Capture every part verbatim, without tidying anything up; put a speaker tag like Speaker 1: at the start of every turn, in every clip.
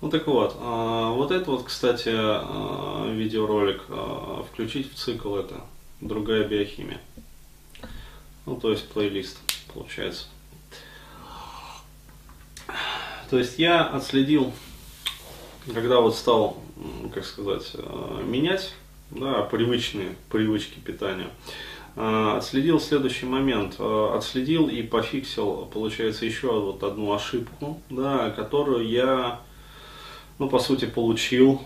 Speaker 1: Ну так вот, а, вот это вот, кстати, а, видеоролик а, включить в цикл это другая биохимия. Ну то есть плейлист получается. То есть я отследил, когда вот стал, как сказать, а, менять, да, привычные привычки питания. Отследил следующий момент, отследил и пофиксил, получается, еще вот одну ошибку, да, которую я, ну, по сути, получил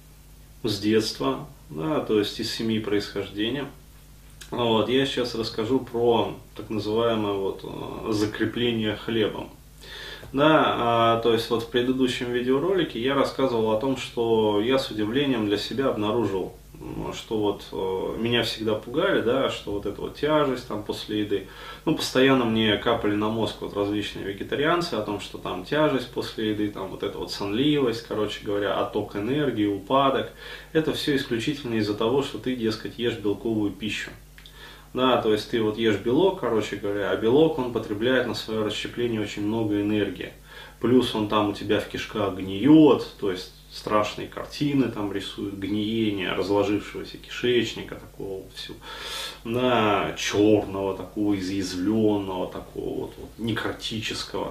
Speaker 1: с детства, да, то есть из семьи происхождения. Вот, я сейчас расскажу про так называемое вот закрепление хлебом. Да, а, то есть вот в предыдущем видеоролике я рассказывал о том, что я с удивлением для себя обнаружил, что вот э, меня всегда пугали, да, что вот эта вот тяжесть там после еды, ну, постоянно мне капали на мозг вот различные вегетарианцы о том, что там тяжесть после еды, там вот эта вот сонливость, короче говоря, отток энергии, упадок, это все исключительно из-за того, что ты, дескать, ешь белковую пищу. Да, то есть ты вот ешь белок, короче говоря, а белок он потребляет на свое расщепление очень много энергии. Плюс он там у тебя в кишках гниет, то есть страшные картины там рисуют, гниение разложившегося кишечника, такого всю, да, черного, такого изъязвленного, такого вот, вот некротического.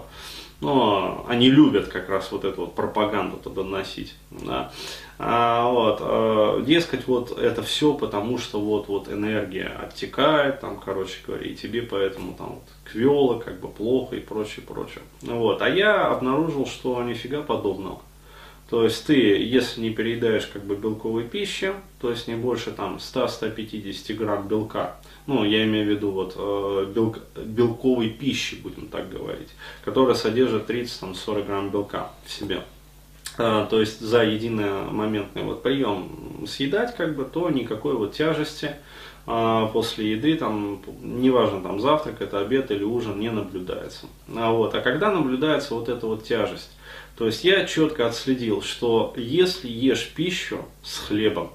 Speaker 1: Но они любят как раз вот эту вот пропаганду туда носить. Да. А, вот, а, дескать, вот это все потому, что вот, вот энергия оттекает, там, короче говоря, и тебе поэтому там вот квело, как бы плохо и прочее, прочее. Вот. А я обнаружил, что нифига подобного. То есть ты, если не переедаешь как бы белковой пищи, то есть не больше там ста-ста пятидесяти грамм белка, ну я имею в виду вот белк, белковой пищи, будем так говорить, которая содержит тридцать-сорок грамм белка в себе. А, то есть за единомоментный вот прием съедать как бы, то никакой вот тяжести а, после еды, там, неважно там завтрак, это обед или ужин, не наблюдается. А, вот, а когда наблюдается вот эта вот тяжесть? То есть я четко отследил, что если ешь пищу с хлебом,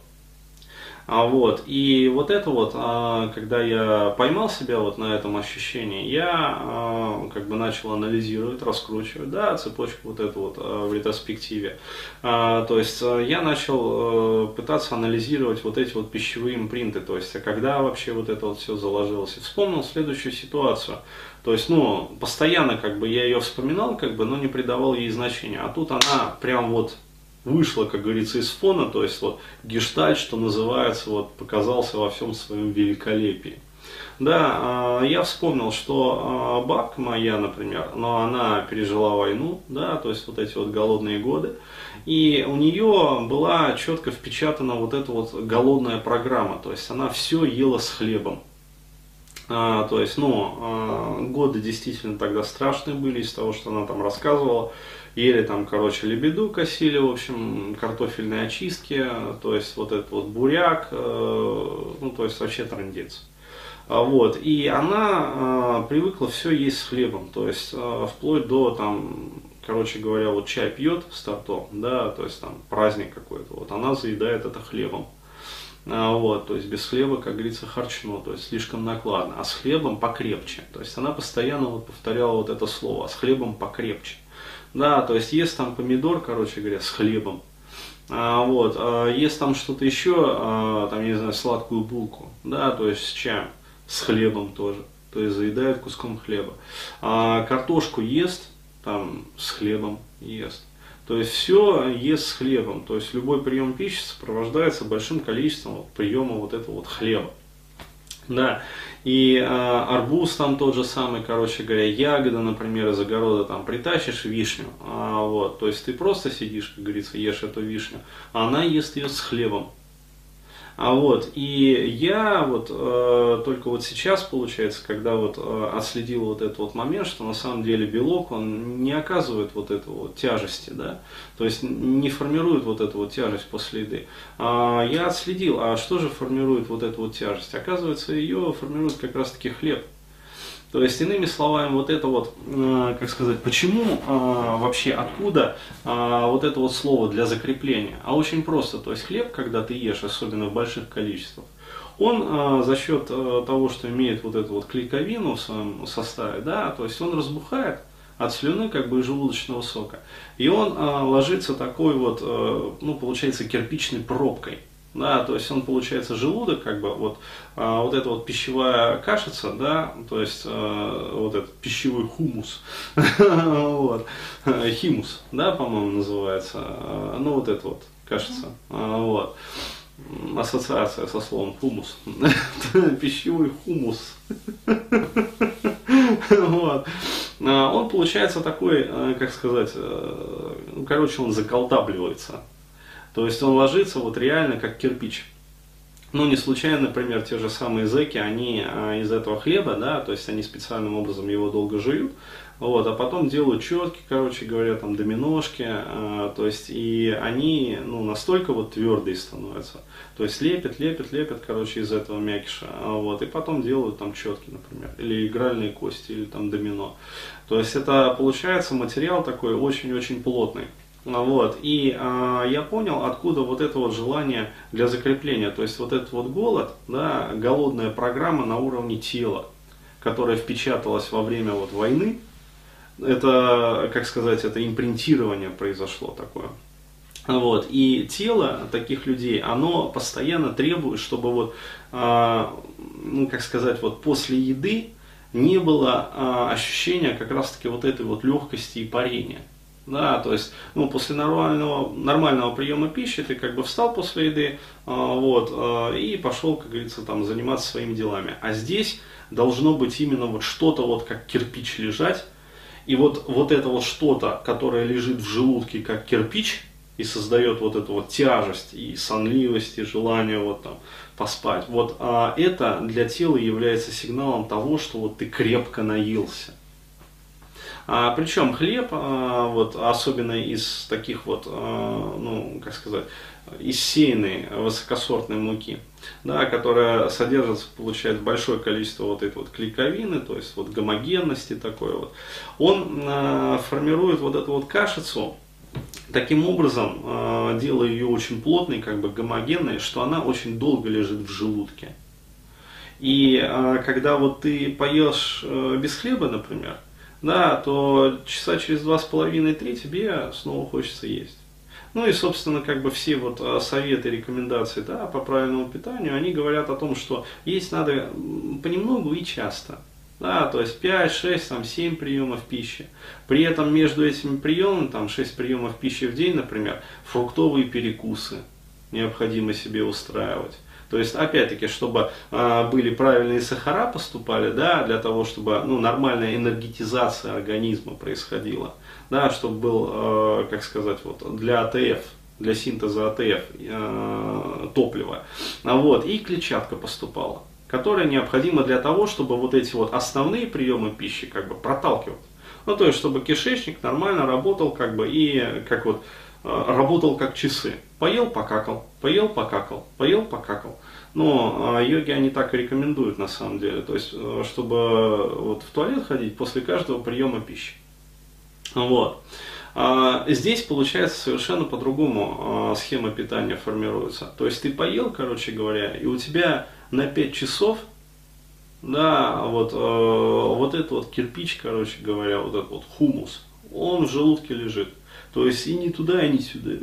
Speaker 1: а вот, и вот это вот, а, когда я поймал себя вот на этом ощущении, я а, как бы начал анализировать, раскручивать, да, цепочку вот эту вот а, в ретроспективе. А, то есть а, я начал а, пытаться анализировать вот эти вот пищевые импринты, то есть а когда вообще вот это вот все заложилось. И вспомнил следующую ситуацию. То есть, ну, постоянно как бы я ее вспоминал, как бы, но не придавал ей значения. А тут она прям вот вышла, как говорится, из фона, то есть вот гештальт, что называется, вот показался во всем своем великолепии. Да, я вспомнил, что бабка моя, например, но она пережила войну, да, то есть вот эти вот голодные годы, и у нее была четко впечатана вот эта вот голодная программа, то есть она все ела с хлебом. А, то есть, ну, а, годы действительно тогда страшные были из того, что она там рассказывала. Ели там, короче, лебеду косили, в общем, картофельные очистки, то есть вот этот вот буряк, э, ну, то есть вообще трындец. А, вот, и она э, привыкла все есть с хлебом, то есть э, вплоть до там, короче говоря, вот чай пьет с тортом, да, то есть там праздник какой-то, вот она заедает это хлебом. А, вот, то есть без хлеба, как говорится, харчно, то есть слишком накладно, а с хлебом покрепче. То есть она постоянно вот повторяла вот это слово, а с хлебом покрепче. Да, то есть ест там помидор, короче говоря, с хлебом. А, вот, а, ест там что-то еще, а, там, не знаю, сладкую булку, да, то есть с чаем, с хлебом тоже, то есть заедает куском хлеба. А, картошку ест, там, с хлебом ест. То есть все ест с хлебом, то есть любой прием пищи сопровождается большим количеством вот, приема вот этого вот хлеба. Да, и э, арбуз там тот же самый, короче говоря, ягоды, например, из огорода там притащишь вишню, а, вот, то есть ты просто сидишь, как говорится, ешь эту вишню, а она ест ее с хлебом. А вот, и я вот э, только вот сейчас, получается, когда вот э, отследил вот этот вот момент, что на самом деле белок, он не оказывает вот этой вот тяжести, да, то есть не формирует вот эту вот тяжесть после еды. А я отследил, а что же формирует вот эту вот тяжесть? Оказывается, ее формирует как раз-таки хлеб. То есть, иными словами, вот это вот, э, как сказать, почему э, вообще, откуда э, вот это вот слово для закрепления? А очень просто, то есть хлеб, когда ты ешь, особенно в больших количествах, он э, за счет э, того, что имеет вот эту вот клейковину в своем составе, да, то есть он разбухает, от слюны, как бы и желудочного сока. И он а, ложится такой вот, а, ну, получается, кирпичной пробкой. Да, то есть он, получается, желудок, как бы, вот, а, вот эта вот пищевая кашица, да, то есть а, вот этот пищевой хумус, вот, химус, да, по-моему, называется, а, ну, вот это вот кашица, а, вот, ассоциация со словом хумус, пищевой хумус, вот. Он получается такой, как сказать, ну, короче, он заколдабливается. То есть он ложится вот реально как кирпич. Ну, не случайно, например, те же самые зэки, они из этого хлеба, да, то есть они специальным образом его долго жуют, вот, а потом делают четки, короче говоря, там, доминошки, а, то есть, и они, ну, настолько вот твердые становятся, то есть лепят, лепят, лепят, короче, из этого мякиша, вот, и потом делают там четки, например, или игральные кости, или там домино. То есть это получается материал такой очень-очень плотный. Вот, и а, я понял, откуда вот это вот желание для закрепления, то есть вот этот вот голод, да, голодная программа на уровне тела, которая впечаталась во время вот войны, это, как сказать, это импринтирование произошло такое. Вот, и тело таких людей, оно постоянно требует, чтобы вот, а, ну, как сказать, вот после еды не было а, ощущения как раз-таки вот этой вот легкости и парения. Да, то есть, ну, после нормального, нормального приема пищи ты как бы встал после еды, а, вот, а, и пошел, как говорится, там, заниматься своими делами. А здесь должно быть именно вот что-то вот как кирпич лежать, и вот, вот это вот что-то, которое лежит в желудке как кирпич, и создает вот эту вот тяжесть, и сонливость, и желание вот там поспать, вот а, это для тела является сигналом того, что вот ты крепко наелся. А, причем хлеб, а, вот, особенно из таких вот, а, ну, как сказать, из сеянной высокосортной муки, да, которая содержит, получает большое количество вот этой вот клейковины, то есть вот гомогенности такой вот, он а, формирует вот эту вот кашицу, таким образом, а, делая ее очень плотной, как бы гомогенной, что она очень долго лежит в желудке. И а, когда вот ты поешь а, без хлеба, например, да, то часа через два с половиной три тебе снова хочется есть. Ну и, собственно, как бы все вот советы, рекомендации, да, по правильному питанию, они говорят о том, что есть надо понемногу и часто. Да, то есть пять, шесть, там, семь приемов пищи. При этом между этими приемами, там, шесть приемов пищи в день, например, фруктовые перекусы необходимо себе устраивать. То есть, опять-таки, чтобы э, были правильные сахара поступали, да, для того, чтобы, ну, нормальная энергетизация организма происходила, да, чтобы был, э, как сказать, вот, для АТФ, для синтеза АТФ э, топлива, вот, и клетчатка поступала, которая необходима для того, чтобы вот эти вот основные приемы пищи как бы проталкивать. Ну, то есть, чтобы кишечник нормально работал, как бы, и как вот, работал как часы. Поел, покакал, поел, покакал, поел, покакал. Но э, йоги они так и рекомендуют на самом деле. То есть, э, чтобы вот, в туалет ходить после каждого приема пищи. Вот. А здесь получается совершенно по-другому э, схема питания формируется. То есть ты поел, короче говоря, и у тебя на пять часов, да, вот, э, вот этот вот кирпич, короче говоря, вот этот вот хумус, он в желудке лежит. То есть и не туда, и не сюда.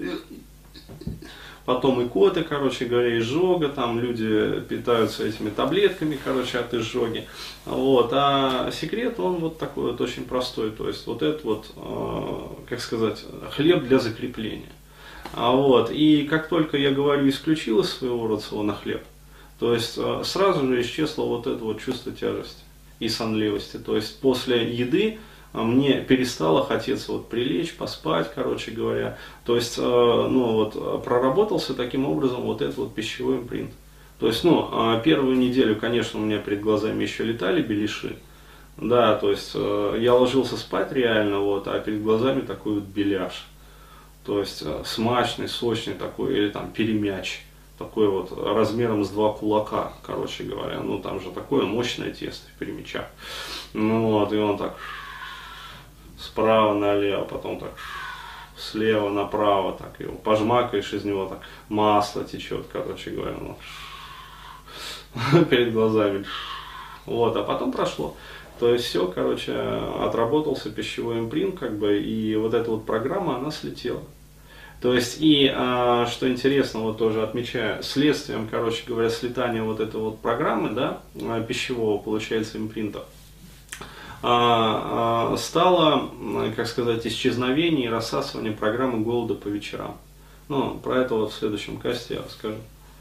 Speaker 1: Потом икоты, короче говоря, изжога, там люди питаются этими таблетками, короче, от изжоги. Вот. А секрет, он вот такой вот очень простой. То есть вот этот вот, э, как сказать, хлеб для закрепления. А вот. И как только я говорю, исключил из своего рациона хлеб, то есть э, сразу же исчезло вот это вот чувство тяжести и сонливости. То есть после еды мне перестало хотеться вот прилечь, поспать, короче говоря. То есть, э, ну вот, проработался таким образом вот этот вот пищевой импринт. То есть, ну, э, первую неделю, конечно, у меня перед глазами еще летали беляши. Да, то есть, э, я ложился спать реально, вот, а перед глазами такой вот беляш. То есть, э, смачный, сочный такой, или там перемяч. Такой вот размером с два кулака, короче говоря. Ну, там же такое мощное тесто в перемячах. Ну, вот, и он так справа налево, потом так слева направо, так его пожмакаешь, из него так масло течет, короче говоря, ну, перед глазами. Вот, а потом прошло. То есть все, короче, отработался пищевой импринт, как бы, и вот эта вот программа, она слетела. То есть, и а, что интересно, вот тоже отмечаю, следствием, короче говоря, слетания вот этой вот программы, да, пищевого, получается, импринта, а, а, стало, как сказать, исчезновение и рассасывание программы голода по вечерам. Ну, про это вот в следующем касте я расскажу.